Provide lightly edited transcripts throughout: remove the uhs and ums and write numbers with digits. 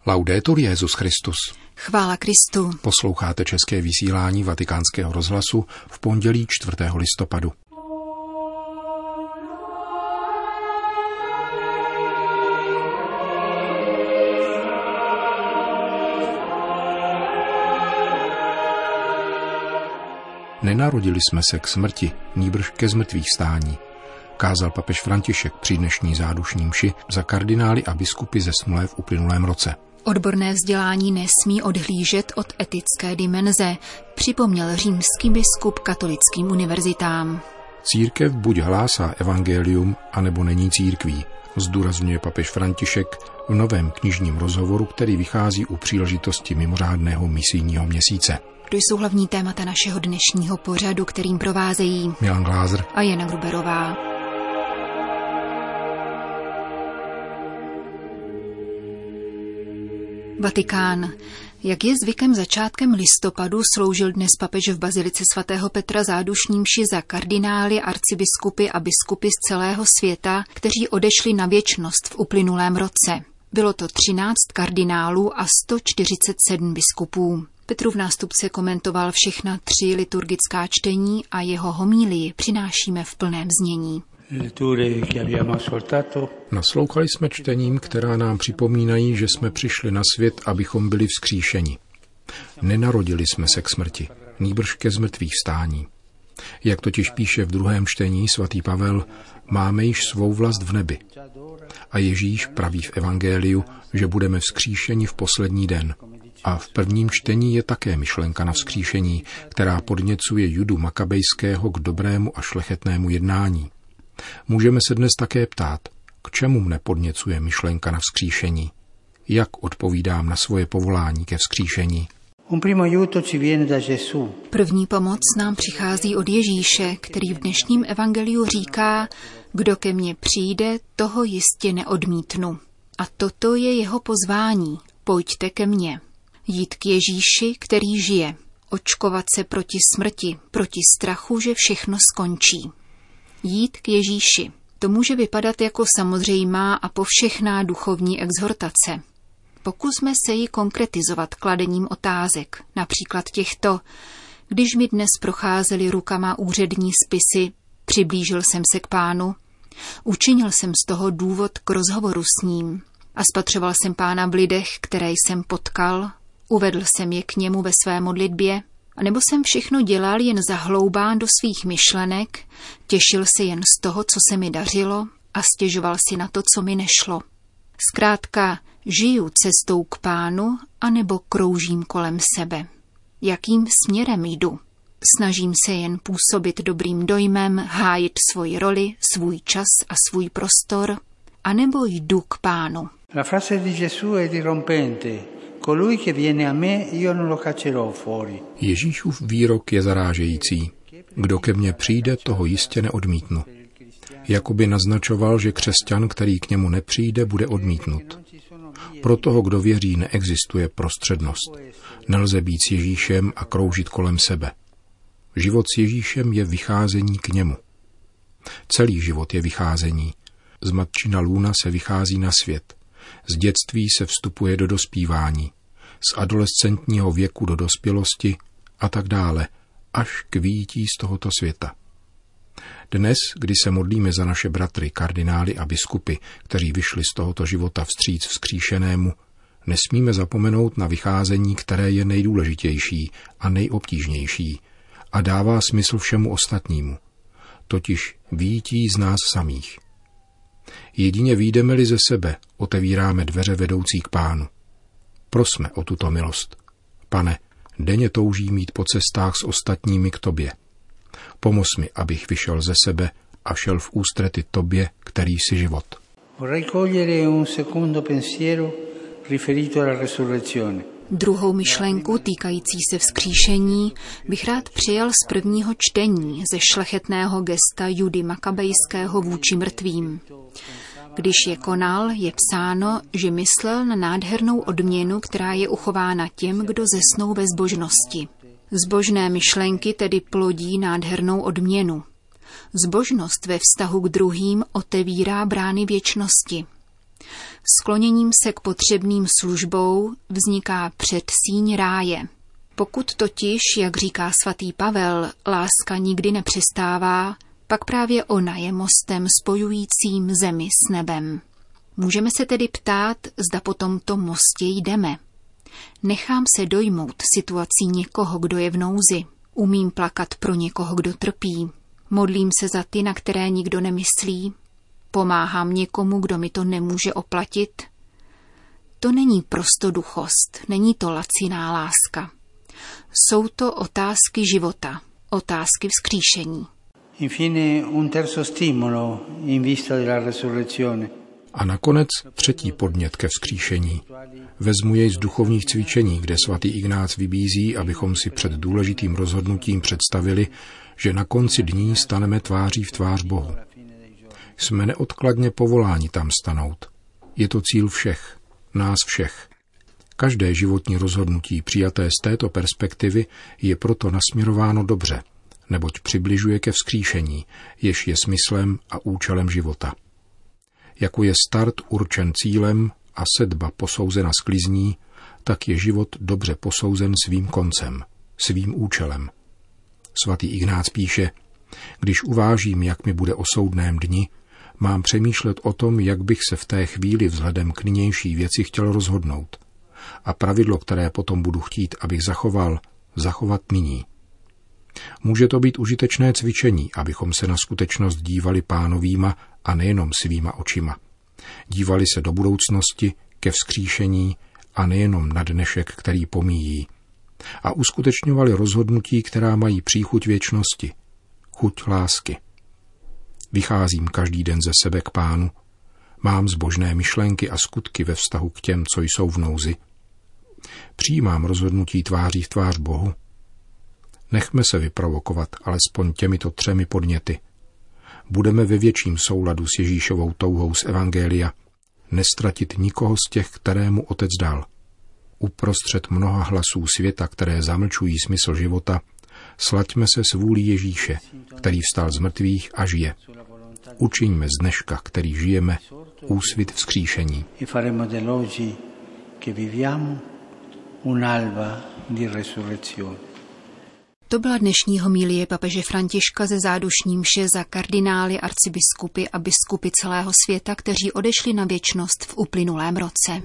Laudetur Jesus Christus. Chvála Kristu. Posloucháte české vysílání Vatikánského rozhlasu v pondělí 4. listopadu. Nenarodili jsme se k smrti, nýbrž ke zmrtvýchvstání, kázal papež František při dnešní zádušní mši za kardinály a biskupy zesnulé v uplynulém roce. Odborné vzdělání nesmí odhlížet od etické dimenze, připomněl římský biskup katolickým univerzitám. Církev buď hlásá evangelium, anebo není církví, zdůrazňuje papež František v novém knižním rozhovoru, který vychází u příležitosti mimořádného misijního měsíce. To jsou hlavní témata našeho dnešního pořadu, kterým provázejí Milan Glázer a Jana Gruberová. Vatikán. Jak je zvykem, začátkem listopadu sloužil dnes papež v bazilice svatého Petra zádušní mši za kardinály, arcibiskupy a biskupy z celého světa, kteří odešli na věčnost v uplynulém roce. Bylo to 13 kardinálů a 147 biskupů. Petrův nástupce komentoval všechna 3 liturgická čtení a jeho homílii přinášíme v plném znění. Naslouchali jsme čtením, která nám připomínají, že jsme přišli na svět, abychom byli vzkříšeni. Nenarodili jsme se k smrti, nýbrž ke zmrtvýchvstání. Jak totiž píše v 2. čtení svatý Pavel, máme již svou vlast v nebi. A Ježíš praví v evangeliu, že budeme vzkříšeni v poslední den. A v prvním čtení je také myšlenka na vzkříšení, která podněcuje Judu Makabejského k dobrému a šlechetnému jednání. Můžeme se dnes také ptát, k čemu mne podněcuje myšlenka na vzkříšení? Jak odpovídám na svoje povolání ke vzkříšení? První pomoc nám přichází od Ježíše, který v dnešním evangeliu říká, kdo ke mně přijde, toho jistě neodmítnu. A toto je jeho pozvání, pojďte ke mně. Jít k Ježíši, který žije, očkovat se proti smrti, proti strachu, že všechno skončí. Jít k Ježíši. To může vypadat jako samozřejmá a povšechná duchovní exhortace. Pokusme se ji konkretizovat kladením otázek, například těchto: když mi dnes procházely rukama úřední spisy, přiblížil jsem se k Pánu, učinil jsem z toho důvod k rozhovoru s ním a spatřoval jsem Pána v lidech, které jsem potkal, uvedl jsem je k němu ve své modlitbě, anebo jsem všechno dělal jen zahloubán do svých myšlenek, těšil se jen z toho, co se mi dařilo a stěžoval si na to, co mi nešlo. Zkrátka, žiju cestou k Pánu, anebo kroužím kolem sebe. Jakým směrem jdu? Snažím se jen působit dobrým dojmem, hájit svoji roli, svůj čas a svůj prostor, anebo jdu k Pánu. La frase di Gesù è dirompente. Colui che viene a me, io non lo caccerò fuori. Ježíšův výrok je zarážející. Kdo ke mně přijde, toho jistě neodmítnu. Jakoby naznačoval, že křesťan, který k němu nepřijde, bude odmítnut. Pro toho, kdo věří, neexistuje prostřednost. Nelze být s Ježíšem a kroužit kolem sebe. Život s Ježíšem je vycházení k němu. Celý život je vycházení. Z matčina lůna se vychází na svět. Z dětství se vstupuje do dospívání, z adolescentního věku do dospělosti a tak dále, až k vyjití z tohoto světa. Dnes, kdy se modlíme za naše bratry, kardinály a biskupy, kteří vyšli z tohoto života vstříc vzkříšenému, nesmíme zapomenout na vycházení, které je nejdůležitější a nejobtížnější a dává smysl všemu ostatnímu, totiž vyjití z nás samých. Jedině vyjdeme-li ze sebe, otevíráme dveře vedoucí k Pánu. Prosme o tuto milost. Pane, denně toužím jít po cestách s ostatními k tobě. Pomoz mi, abych vyšel ze sebe a šel v ústrety tobě, který jsi život. Druhou myšlenku týkající se vzkříšení bych rád přijal z prvního čtení ze šlechetného gesta Judy Makabejského vůči mrtvým. Když je konal, je psáno, že myslel na nádhernou odměnu, která je uchována těm, kdo zesnou ve zbožnosti. Zbožné myšlenky tedy plodí nádhernou odměnu. Zbožnost ve vztahu k druhým otevírá brány věčnosti. Skloněním se k potřebným službou vzniká předsíň ráje. Pokud totiž, jak říká svatý Pavel, láska nikdy nepřestává, pak právě ona je mostem spojujícím zemi s nebem. Můžeme se tedy ptát, zda po tomto mostě jdeme. Nechám se dojmout situací někoho, kdo je v nouzi. Umím plakat pro někoho, kdo trpí. Modlím se za ty, na které nikdo nemyslí. Pomáhám někomu, kdo mi to nemůže oplatit. To není prostoduchost, není to laciná láska. Jsou to otázky života, otázky vzkříšení. Infine un terzo stimolo in vista della resurrezione. A nakonec třetí podnět ke vzkříšení. Vezmu jej z duchovních cvičení, kde svatý Ignác vybízí, abychom si před důležitým rozhodnutím představili, že na konci dní staneme tváří v tvář Bohu. Jsme neodkladně povoláni tam stanout. Je to cíl všech, nás všech. Každé životní rozhodnutí přijaté z této perspektivy je proto nasměrováno dobře, neboť přibližuje ke vzkříšení, jež je smyslem a účelem života. Jako je start určen cílem a sedba posouzena sklizní, tak je život dobře posouzen svým koncem, svým účelem. Svatý Ignác píše, když uvážím, jak mi bude o soudném dni, mám přemýšlet o tom, jak bych se v té chvíli vzhledem k nynější věci chtěl rozhodnout. A pravidlo, které potom budu chtít, abych zachovat nyní. Může to být užitečné cvičení, abychom se na skutečnost dívali Pánovýma a nejenom svýma očima. Dívali se do budoucnosti, ke vzkříšení a nejenom na dnešek, který pomíjí. A uskutečňovali rozhodnutí, která mají příchuť věčnosti, chuť lásky. Vycházím každý den ze sebe k Pánu, mám zbožné myšlenky a skutky ve vztahu k těm, co jsou v nouzi. Přijímám rozhodnutí tváří v tvář Bohu. Nechme se vyprovokovat alespoň těmito 3 podněty. Budeme ve větším souladu s Ježíšovou touhou z Evangelia, nestratit nikoho z těch, kterému Otec dal. Uprostřed mnoha hlasů světa, které zamlčují smysl života, slaďme se s vůlí Ježíše, který vstal z mrtvých a žije. Učiňme z dneška, který žijeme, úsvit vzkříšení. To byla dnešní homilie papeže Františka ze zádušní mše za kardinály, arcibiskupy a biskupy celého světa, kteří odešli na věčnost v uplynulém roce.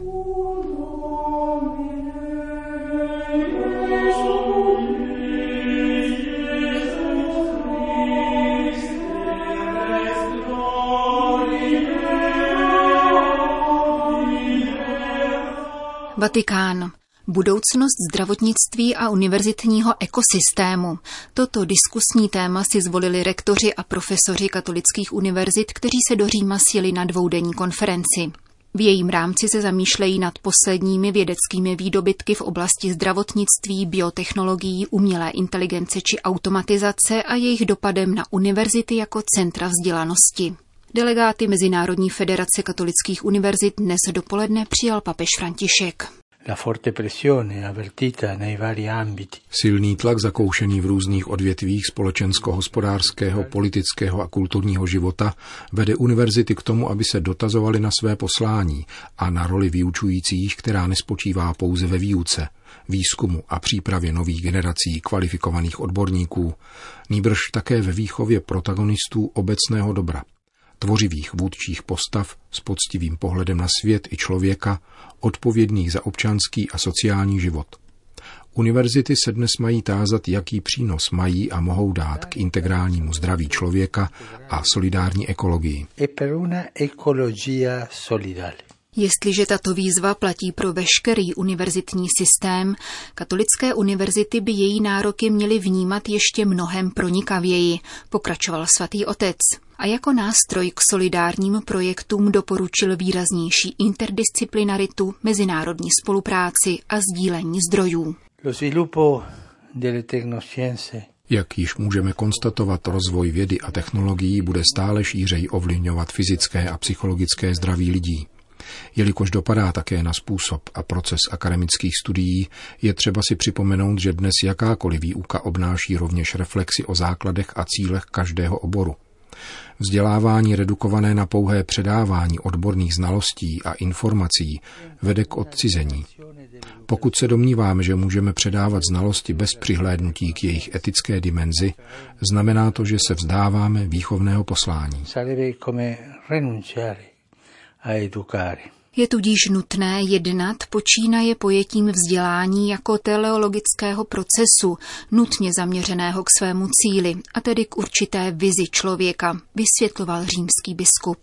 Vatikán. Budoucnost zdravotnictví a univerzitního ekosystému. Toto diskusní téma si zvolili rektoři a profesoři katolických univerzit, kteří se do Říma sjeli na 2denní konferenci. V jejím rámci se zamýšlejí nad posledními vědeckými výdobytky v oblasti zdravotnictví, biotechnologií, umělé inteligence či automatizace a jejich dopadem na univerzity jako centra vzdělanosti. Delegáty Mezinárodní federace katolických univerzit dnes dopoledne přijal papež František. Silný tlak zakoušený v různých odvětvích společensko-hospodářského, politického a kulturního života vede univerzity k tomu, aby se dotazovali na své poslání a na roli vyučujících, která nespočívá pouze ve výuce, výzkumu a přípravě nových generací kvalifikovaných odborníků, nýbrž také ve výchově protagonistů obecného dobra, tvořivých vůdčích postav s poctivým pohledem na svět i člověka, odpovědných za občanský a sociální život. Univerzity se dnes mají tázat, jaký přínos mají a mohou dát k integrálnímu zdraví člověka a solidární ekologii. Jestliže tato výzva platí pro veškerý univerzitní systém, katolické univerzity by její nároky měly vnímat ještě mnohem pronikavěji, pokračoval svatý otec. A jako nástroj k solidárním projektům doporučil výraznější interdisciplinaritu, mezinárodní spolupráci a sdílení zdrojů. Jak již můžeme konstatovat, rozvoj vědy a technologií bude stále šířeji ovlivňovat fyzické a psychologické zdraví lidí. Jelikož dopadá také na způsob a proces akademických studií, je třeba si připomenout, že dnes jakákoliv výuka obnáší rovněž reflexi o základech a cílech každého oboru. Vzdělávání redukované na pouhé předávání odborných znalostí a informací vede k odcizení. Pokud se domníváme, že můžeme předávat znalosti bez přihlédnutí k jejich etické dimenzi, znamená to, že se vzdáváme výchovného poslání. Je tudíž nutné jednat počínaje pojetím vzdělání jako teleologického procesu, nutně zaměřeného k svému cíli, a tedy k určité vizi člověka, vysvětloval římský biskup.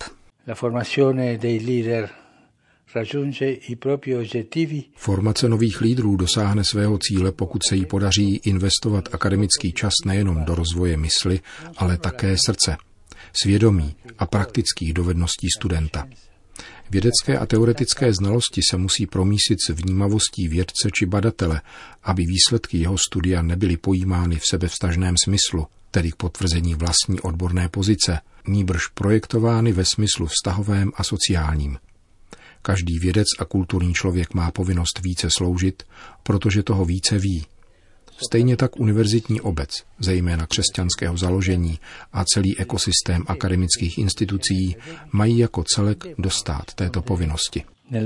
Formace nových lídrů dosáhne svého cíle, pokud se jí podaří investovat akademický čas nejenom do rozvoje mysli, ale také srdce, svědomí a praktických dovedností studenta. Vědecké a teoretické znalosti se musí promísit s vnímavostí vědce či badatele, aby výsledky jeho studia nebyly pojímány v sebevztažném smyslu, tedy k potvrzení vlastní odborné pozice, nýbrž projektovány ve smyslu vztahovém a sociálním. Každý vědec a kulturní člověk má povinnost více sloužit, protože toho více ví. Stejně tak univerzitní obec, zejména křesťanského založení, a celý ekosystém akademických institucí mají jako celek dostát této povinnosti.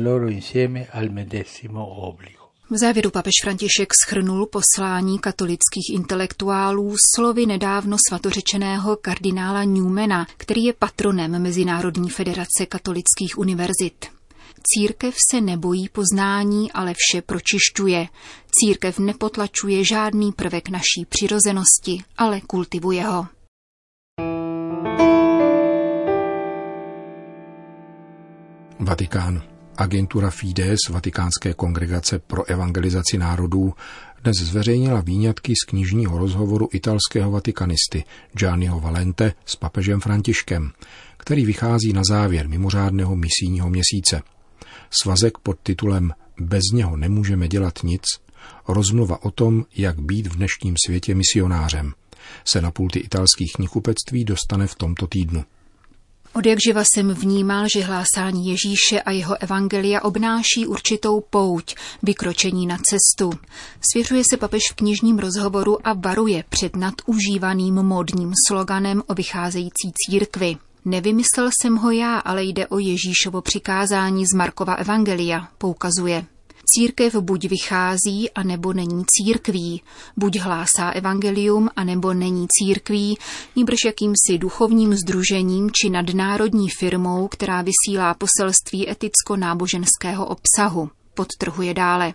V závěru papež František shrnul poslání katolických intelektuálů slovy nedávno svatořečeného kardinála Newmana, který je patronem Mezinárodní federace katolických univerzit. Církev se nebojí poznání, ale vše pročišťuje. Církev nepotlačuje žádný prvek naší přirozenosti, ale kultivuje ho. Vatikán. Agentura Fides, Vatikánské kongregace pro evangelizaci národů, dnes zveřejnila výňatky z knižního rozhovoru italského vatikanisty Gianniho Valente s papežem Františkem, který vychází na závěr mimořádného misijního měsíce. Svazek pod titulem Bez něho nemůžeme dělat nic, rozmluva o tom, jak být v dnešním světě misionářem, se na pulty italských knihkupectví dostane v tomto týdnu. Odjakživa jsem vnímal, že hlásání Ježíše a jeho evangelia obnáší určitou pouť, vykročení na cestu. Svěřuje se papež v knižním rozhovoru a varuje před nadužívaným módním sloganem o vycházející církvi. Nevymyslel jsem ho já, ale jde o Ježíšovo přikázání z Markova evangelia, poukazuje. Církev buď vychází, anebo není církví, buď hlásá evangelium, anebo není církví, nýbrž jakýmsi duchovním sdružením či nadnárodní firmou, která vysílá poselství eticko-náboženského obsahu, podtrhuje dále.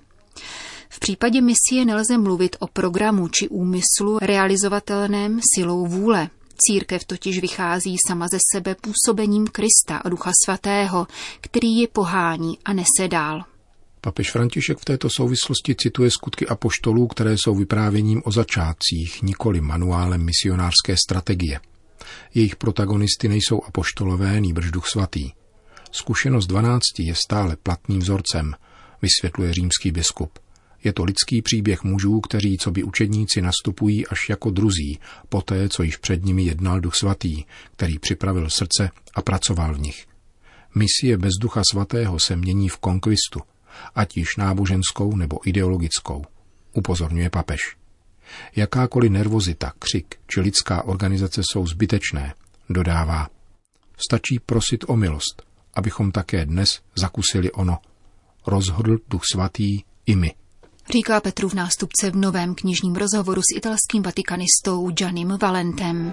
V případě misie nelze mluvit o programu či úmyslu realizovatelném silou vůle. Církev totiž vychází sama ze sebe působením Krista a Ducha Svatého, který ji pohání a nese dál. Papež František v této souvislosti cituje skutky apoštolů, které jsou vyprávěním o začátcích, nikoli manuálem misionářské strategie. Jejich protagonisty nejsou apoštolové, nýbrž Duch Svatý. Zkušenost 12 je stále platným vzorcem, vysvětluje římský biskup. Je to lidský příběh mužů, kteří coby učedníci nastupují až jako druzí, poté, co již před nimi jednal Duch Svatý, který připravil srdce a pracoval v nich. Misie bez Ducha Svatého se mění v konkvistu, ať již náboženskou nebo ideologickou, upozorňuje papež. Jakákoliv nervozita, křik či lidská organizace jsou zbytečné, dodává. Stačí prosit o milost, abychom také dnes zakusili ono. Rozhodl Duch Svatý i my. Říká Petrův nástupce v novém knižním rozhovoru s italským vatikanistou Giannim Valentem.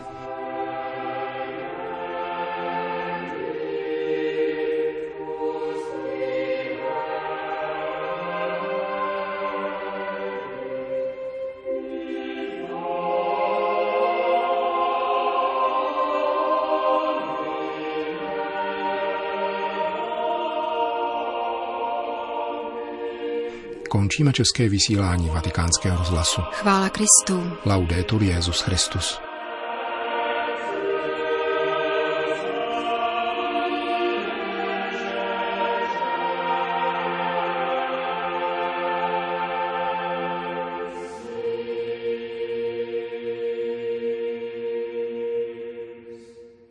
Končíme české vysílání Vatikánského rozhlasu. Chvála Kristu. Laudetur Jesus Christus.